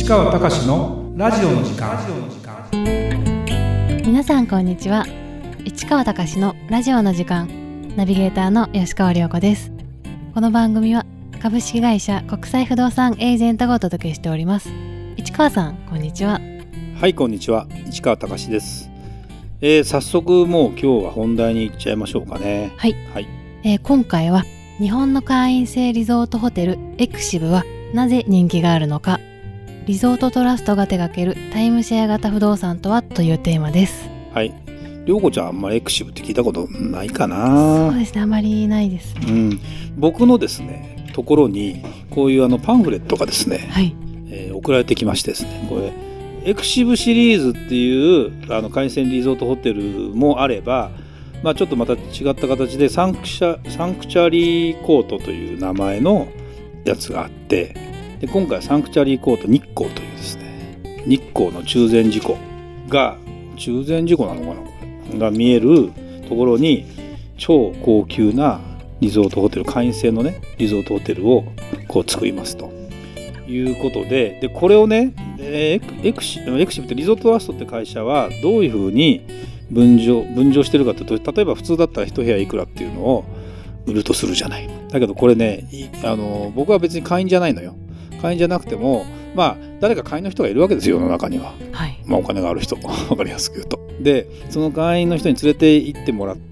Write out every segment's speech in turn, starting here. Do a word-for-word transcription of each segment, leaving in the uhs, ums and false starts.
川隆のラジオの時間。 皆さんこんにちは。市川隆のラジオの時間、ナビゲーターの吉川亮子です。この番組は株式会社国際不動産エージェントがお届けしております。市川さんこんにちは。 はい、こんにちは。市川隆です。えー、早速もう今日は本題に行っちゃいましょうかね。 はい、はいえー、今回は日本の会員制リゾートホテルエクシブはなぜ人気があるのか、リゾートトラストが手掛けるタイムシェア型不動産とはというテーマです。 はい、りょうこちゃんあんまりエクシブって聞いたことないかな。 そうですね、あまりないですね、 うん、僕のですねところにこういうあのパンフレットがですね、はいえー、送られてきましてですね、これエクシブシリーズっていうあの会員制リゾートホテルもあれば、まあ、ちょっとまた違った形でサンクチャ、サンクチャリーコートという名前のやつがあって、で今回はサンクチャリーコート日光というですね、日光の中禅寺湖が中禅寺湖なのかなこれが見えるところに超高級なリゾートホテル、会員制のねリゾートホテルをこう作りますということで、でこれをねエク、エクシエクシブってリゾートトラストって会社はどういうふうに分譲分譲してるかというと、例えば普通だったら一部屋いくらっていうのを売るとするじゃない。だけどこれね、あの僕は別に会員じゃないのよ。会員じゃなくても、まあ誰か会員の人がいるわけですよ、世の中には。はい、まあお金がある人、わかりやすく言うと。で、その会員の人に連れて行ってもらって、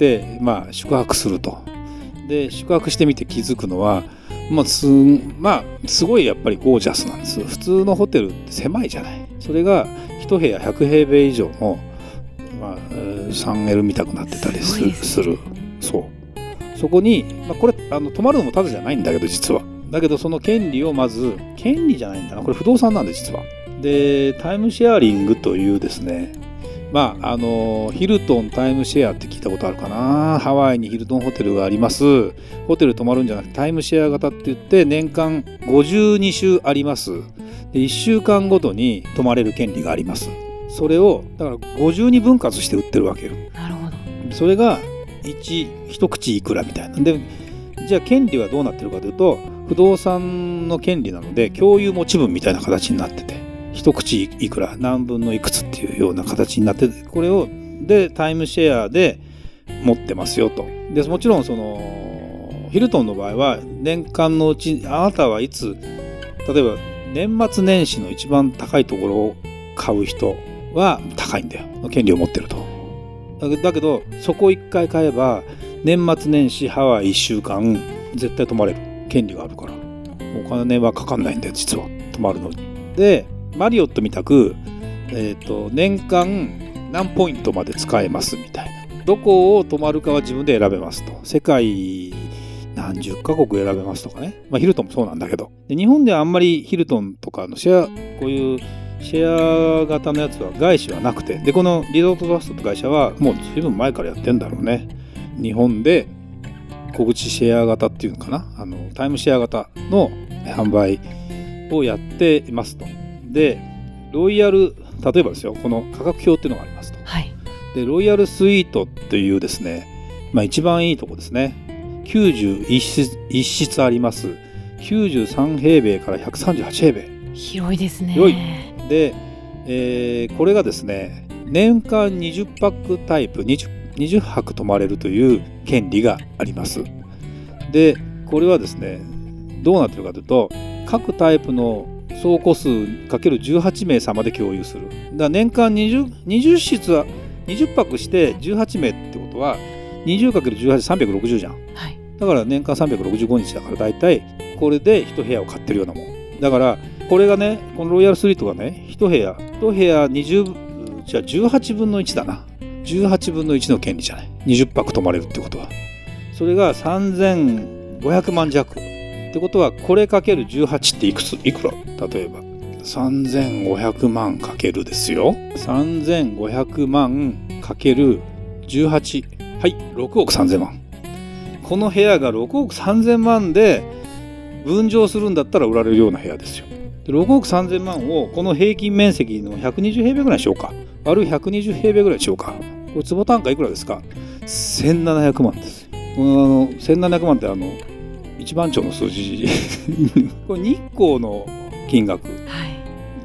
まあ宿泊すると。で、宿泊してみて気づくのは、まあす、まあ、すごいやっぱりゴージャスなんです。普通のホテルって狭いじゃない。それが一部屋ひゃくへいべい以上の、まあ、スリーエル 見たくなってたりする。するそう。そこに、まあ、これあの泊まるのもタダじゃないんだけど実は。だけどその権利をまず、権利じゃないんだな、これ不動産なんで実は。で、タイムシェアリングというですね、まああのヒルトンタイムシェアって聞いたことあるかな。ハワイにヒルトンホテルがあります。ホテル泊まるんじゃなくてタイムシェア型って言って年間ごじゅうにしゅうあります。でいっしゅうかんごとに泊まれる権利があります。それをだからごじゅうにぶん割して売ってるわけよ。 なるほど。 それが一一口いくらみたいな。でじゃあ権利はどうなってるかというと、不動産の権利なので共有持ち分みたいな形になってて、一口いくら何分のいくつっていうような形になって、これをでタイムシェアで持ってますよと。でもちろんそのヒルトンの場合は年間のうちあなたはいつ、例えば年末年始の一番高いところを買う人は高いんだよ、権利を持ってると。だけどそこいっかい買えば年末年始ハワイいっしゅうかん絶対泊まれる権利があるから、お金はかかんないんだよ実は、泊まるのに。でマリオットみたく、えーと、年間何ポイントまで使えますみたいな、どこを泊まるかは自分で選べますと。世界何十カ国選べますとかね、まあ、ヒルトンもそうなんだけど、で日本ではあんまりヒルトンとかのシェア、こういうシェア型のやつは外資はなくて、でこのリゾートトラストって会社はもう随分前からやってんだろうね。日本で小口シェア型っていうのかな、あのタイムシェア型の販売をやっていますと。でロイヤル、例えばですよ、この価格表っていうのがありますと、はい、でロイヤルスイートっていうですね、まあ、一番いいとこですね、きゅうじゅういち室あります。きゅうじゅうさんへいべいからひゃくさんじゅうはちへいべい、 広いですね。 広いで、えー、これがですね年間にじゅっぱくタイプ 20, にじゅっはく泊まれるという権利があります。でこれはですねどうなってるかというと、各タイプの総個数 かけるじゅうはちめい様で共有する。だから年間 20, 20室はにじゅっぱくしてじゅうはちめいってことは にじゅうかけるじゅうはち さんびゃくろくじゅうじゃん、はい、だから年間さんびゃくろくじゅうごにちだから、だいたいこれで一部屋を買ってるようなもんだから、これがね、このロイヤルスイートがね、一部屋一部屋にじゅうじゃあじゅうはちぶんのいちだな、じゅうはちぶんのいちの権利じゃない、にじゅっぱく泊まれるってことは。それがさんぜんごひゃくまん弱ってことは、これかけるじゅうはちっていくつ、いくら、例えばさんぜんごひゃくまんかけるですよ、さんぜんごひゃくまんかけるじゅうはち、はい、ろくおくさんぜんまん。この部屋がろくおくさんぜんまんで分譲するんだったら売られるような部屋ですよ。でろくおくさんぜんまんをこの平均面積のひゃくにじゅうへいべいぐらいにしようか、割るひゃくにじゅうへいべいぐらいにしようか。これ坪単価いくらですか？せんななひゃくまんです。このあのせんななひゃくまんってあの一番町の数字これ日光の金額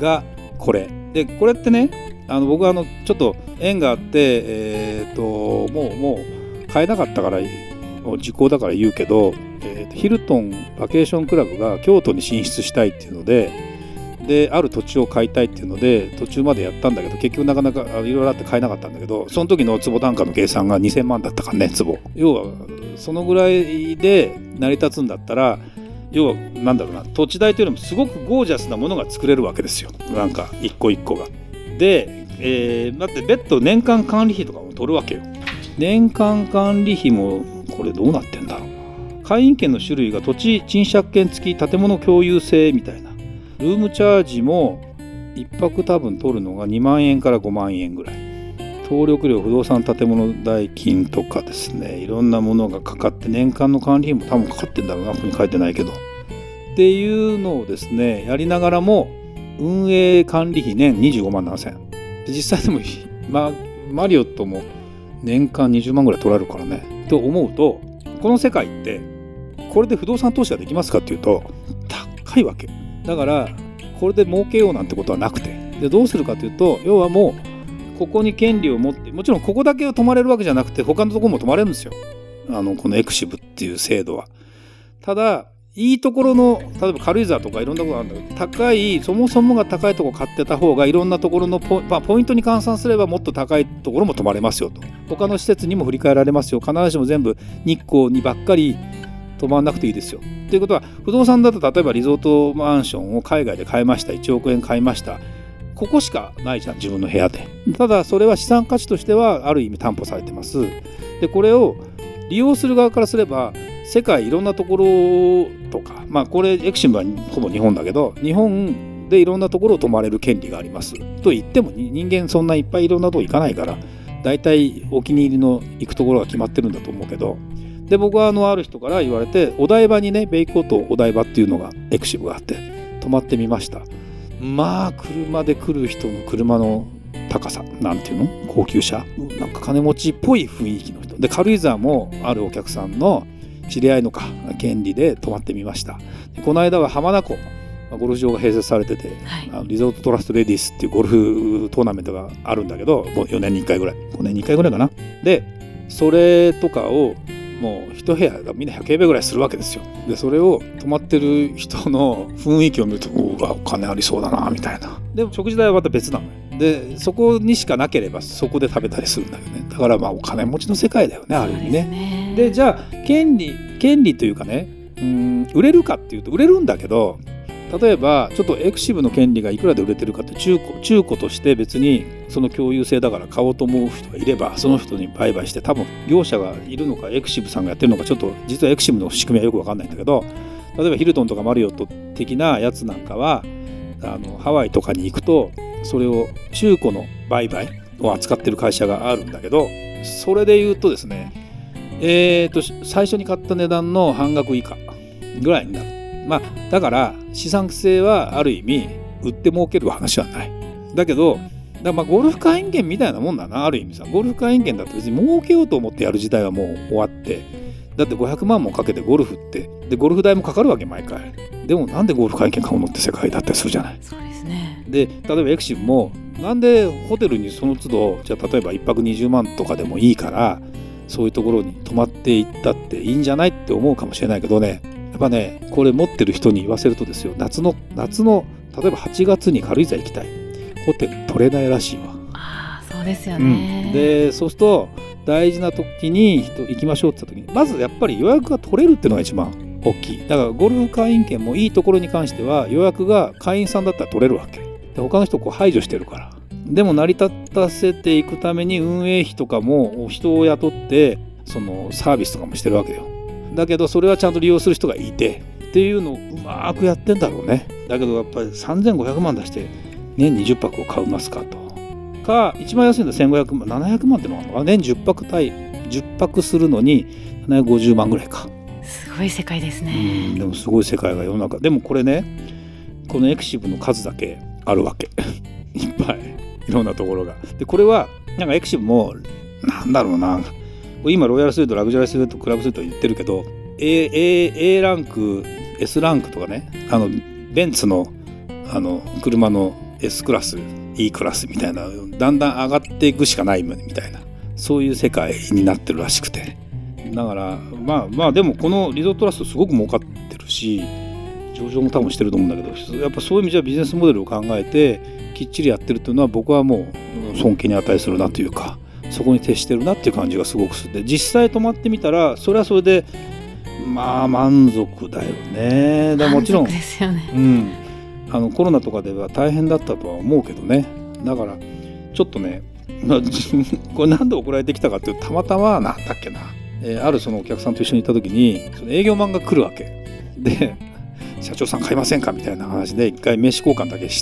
がこれで、これってね、あの僕はあのちょっと縁があって、えー、ともうもう買えなかったからもう時効だから言うけど、えー、とヒルトンバケーションクラブが京都に進出したいっていうのでである土地を買いたいっていうので途中までやったんだけど、結局なかなかいろいろあって買えなかったんだけど、その時の坪単価の計算がにせんまんだったからね、坪。要はそのぐらいで成り立つんだったら、要はなんだろうな、土地代というよりもすごくゴージャスなものが作れるわけですよ、なんか一個一個が。で、えー、だって別途年間管理費とかも取るわけよ。年間管理費もこれどうなってんだろう。会員権の種類が土地賃借権付き建物共有制みたいな。ルームチャージもいっぱく多分取るのがにまんえんからごまんえんぐらい。登録料、不動産建物代金とかですね、いろんなものがかかって年間の管理費も多分かかってんだろうな、ここに書いてないけどっていうのをですねやりながらも、運営管理費年にじゅうごまんななせん、実際でも、まあ、マリオットも年間にじゅうまんぐらい取られるからねと思うと、この世界ってこれで不動産投資ができますかっていうと高いわけだから、これで儲けようなんてことはなくて、でどうするかというと、要はもうここに権利を持って、もちろんここだけを泊まれるわけじゃなくて他のところも泊まれるんですよ、あのこのエクシブっていう制度は。ただいいところの、例えば軽井沢とかいろんなところがあるんだけど、高い、そもそもが高いところ買ってた方がいろんなところのポ、まあ、ポイントに換算すればもっと高いところも泊まれますよと、他の施設にも振り替えられますよ、必ずしも全部日光にばっかり泊まんなくていいですよということは、不動産だと例えばリゾートマンションを海外で買いました、いちおくえん買いました、ここしかないじゃん自分の部屋で。ただそれは資産価値としてはある意味担保されてます。でこれを利用する側からすれば、世界いろんなところとか、まあこれエクシムはほぼ日本だけど、日本でいろんなところを泊まれる権利がありますと言っても、人間そんないっぱいいろんなとこ行かないから、だいたいお気に入りの行くところが決まってるんだと思うけど、で僕はあのある人から言われて、お台場にね、ベイコートお台場っていうのがエクシブがあって泊まってみました。まあ車で来る人の車の高さ、なんていうの、高級車、なんか金持ちっぽい雰囲気の人で、軽井沢もあるお客さんの知り合いのか権利で泊まってみました。この間は浜名湖ゴルフ場が併設されてて、はい、あのリゾートトラストレディスっていうゴルフトーナメントがあるんだけど、よねんにいっかいぐらい、ごねんにいっかいぐらいかな。でそれとかをもう一部屋がみんなひゃくえんぐらいするわけですよ。でそれを泊まってる人の雰囲気を見ると、うわお金ありそうだなみたいな。でも食事代はまた別なのよ。でそこにしかなければそこで食べたりするんだよね。だからまあお金持ちの世界だよね、ある意味ね。でじゃあ権利権利というかね、うーん売れるかっていうと売れるんだけど、例えばちょっとエクシブの権利がいくらで売れてるかって、中古中古として別にその共有性だから買おうと思う人がいれば、その人に売買して、多分業者がいるのかエクシブさんがやってるのか、ちょっと実はエクシブの仕組みはよく分かんないんだけど、例えばヒルトンとかマリオット的なやつなんかはあのハワイとかに行くと、それを中古の売買を扱ってる会社があるんだけど、それで言うとですね、えーと最初に買った値段の半額以下ぐらいになる。まあだから資産性はある意味売って儲ける話はない。だけどだまあゴルフ会員権みたいなもんだな、ある意味さ。ゴルフ会員権だと別に儲けようと思ってやる時代はもう終わって、だってごひゃくまんもかけてゴルフって、でゴルフ代もかかるわけ毎回。でもなんでゴルフ会員権買うのって世界だったりするじゃない。 そうですね。 で例えばエクシブもなんでホテルにその都度、じゃあ例えばいっぱくにじゅうまんとかでもいいから、そういうところに泊まっていったっていいんじゃないって思うかもしれないけどね、やっぱね、これ持ってる人に言わせるとですよ、夏の夏の例えばはちがつに軽井沢行きたい、ホテル取れないらしいわ。 ああ、そうですよね、 うん、でそうすると大事な時に行きましょうって言った時に、まずやっぱり予約が取れるっていうのが一番大きい。だからゴルフ会員権もいいところに関しては予約が会員さんだったら取れるわけで、他の人をこう排除してるから。でも成り立たせていくために運営費とかも人を雇ってそのサービスとかもしてるわけよ。だけどそれはちゃんと利用する人がいてっていうのをうまくやってんだろうね。だけどやっぱりさんぜんごひゃくまん出して年にじゅっぱくを買いますかとか、一番安いのはせんごひゃくまん、ななひゃくまんってのがあるのか、年じゅっぱく対じゅっぱくするのにななひゃくごじゅうまんぐらいか。 すごい世界ですね。 うん、でもすごい世界が世の中。でもこれね、このエクシブの数だけあるわけいっぱいいろんなところが。でこれはなんかエクシブもなんだろうな、今ロイヤルスイート、ラグジュアリースイート、クラブスイート言ってるけど A, A, A ランク S ランクとかね、あのベンツのあの車の S クラス E クラスみたいな、だんだん上がっていくしかないみたいな、そういう世界になってるらしくて、だからまあまあでもこのリゾートトラストすごく儲かってるし、上場も多分してると思うんだけど、やっぱそういう意味じゃビジネスモデルを考えてきっちりやってるっていうのは、僕はもう尊敬に値するなというか、そこに徹してるなっていう感じがすごくする。で実際泊まってみたらそれはそれでまあ満足だよね。だもちろん、 満足ですよね。 うん、あのコロナとかでは大変だったとは思うけどね。だからちょっとね、まあ、これなんで送られてきたかっていうと、たまたまなんだっけな、えー、あるそのお客さんと一緒に行った時にその営業マンが来るわけで、社長さん買いませんかみたいな話で一回名刺交換だけして、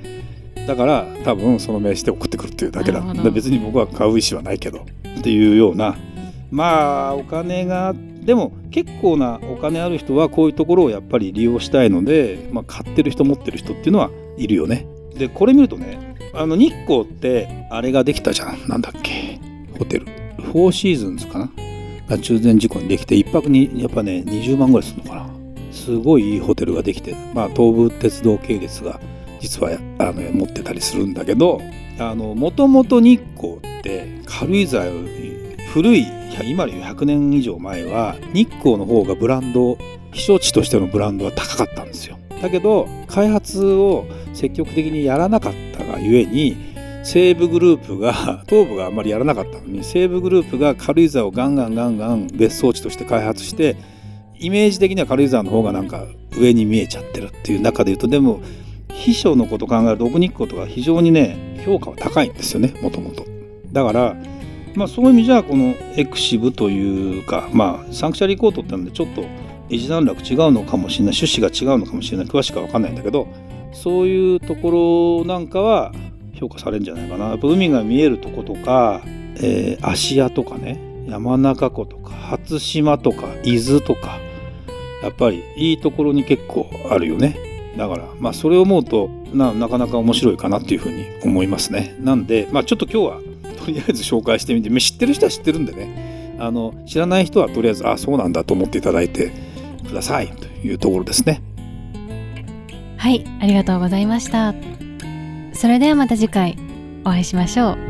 だから多分その名刺で送ってくるっていうだけだ。別に僕は買う意思はないけどっていうような、まあお金がでも結構なお金ある人はこういうところをやっぱり利用したいので、まあ、買ってる人持ってる人っていうのはいるよね。でこれ見るとね、あの日光ってあれができたじゃん、なんだっけ、ホテルフォーシーズンズかなが中禅寺湖にできて、一泊にやっぱねにじゅうまんぐらいするのかな。すごいいいホテルができて、まあ東武鉄道系列が実はあの持ってたりするんだけど、もともと日光って軽井沢より古い、今よりひゃくねん以上前は日光の方がブランド、避暑地としてのブランドは高かったんですよ。だけど開発を積極的にやらなかったがゆえに、西武グループが東武があんまりやらなかったのに、西武グループが軽井沢をガンガンガンガン別荘地として開発して、イメージ的には軽井沢の方がなんか上に見えちゃってるっていう中でいうと、でも避暑のことを考えると奥日光とか非常にね評価は高いんですよね、もともと。だからまあそういう意味じゃこのエクシブというか、まあサンクチャリーコートってのでちょっと一段落違うのかもしれない、趣旨が違うのかもしれない、詳しくは分かんないんだけど、そういうところなんかは評価されるんじゃないかな。やっぱ海が見えるとことか、えー、芦屋とかね、山中湖とか初島とか伊豆とか、やっぱりいいところに結構あるよね。だからまあそれを思うと な, なかなか面白いかなっていうふうに思いますね。なんでまあちょっと今日はとりあえず紹介してみて、知ってる人は知ってるんでね、あの知らない人はとりあえずあそうなんだと思っていただいてくださいというところですね。 はい、ありがとうございました。それではまた次回お会いしましょう。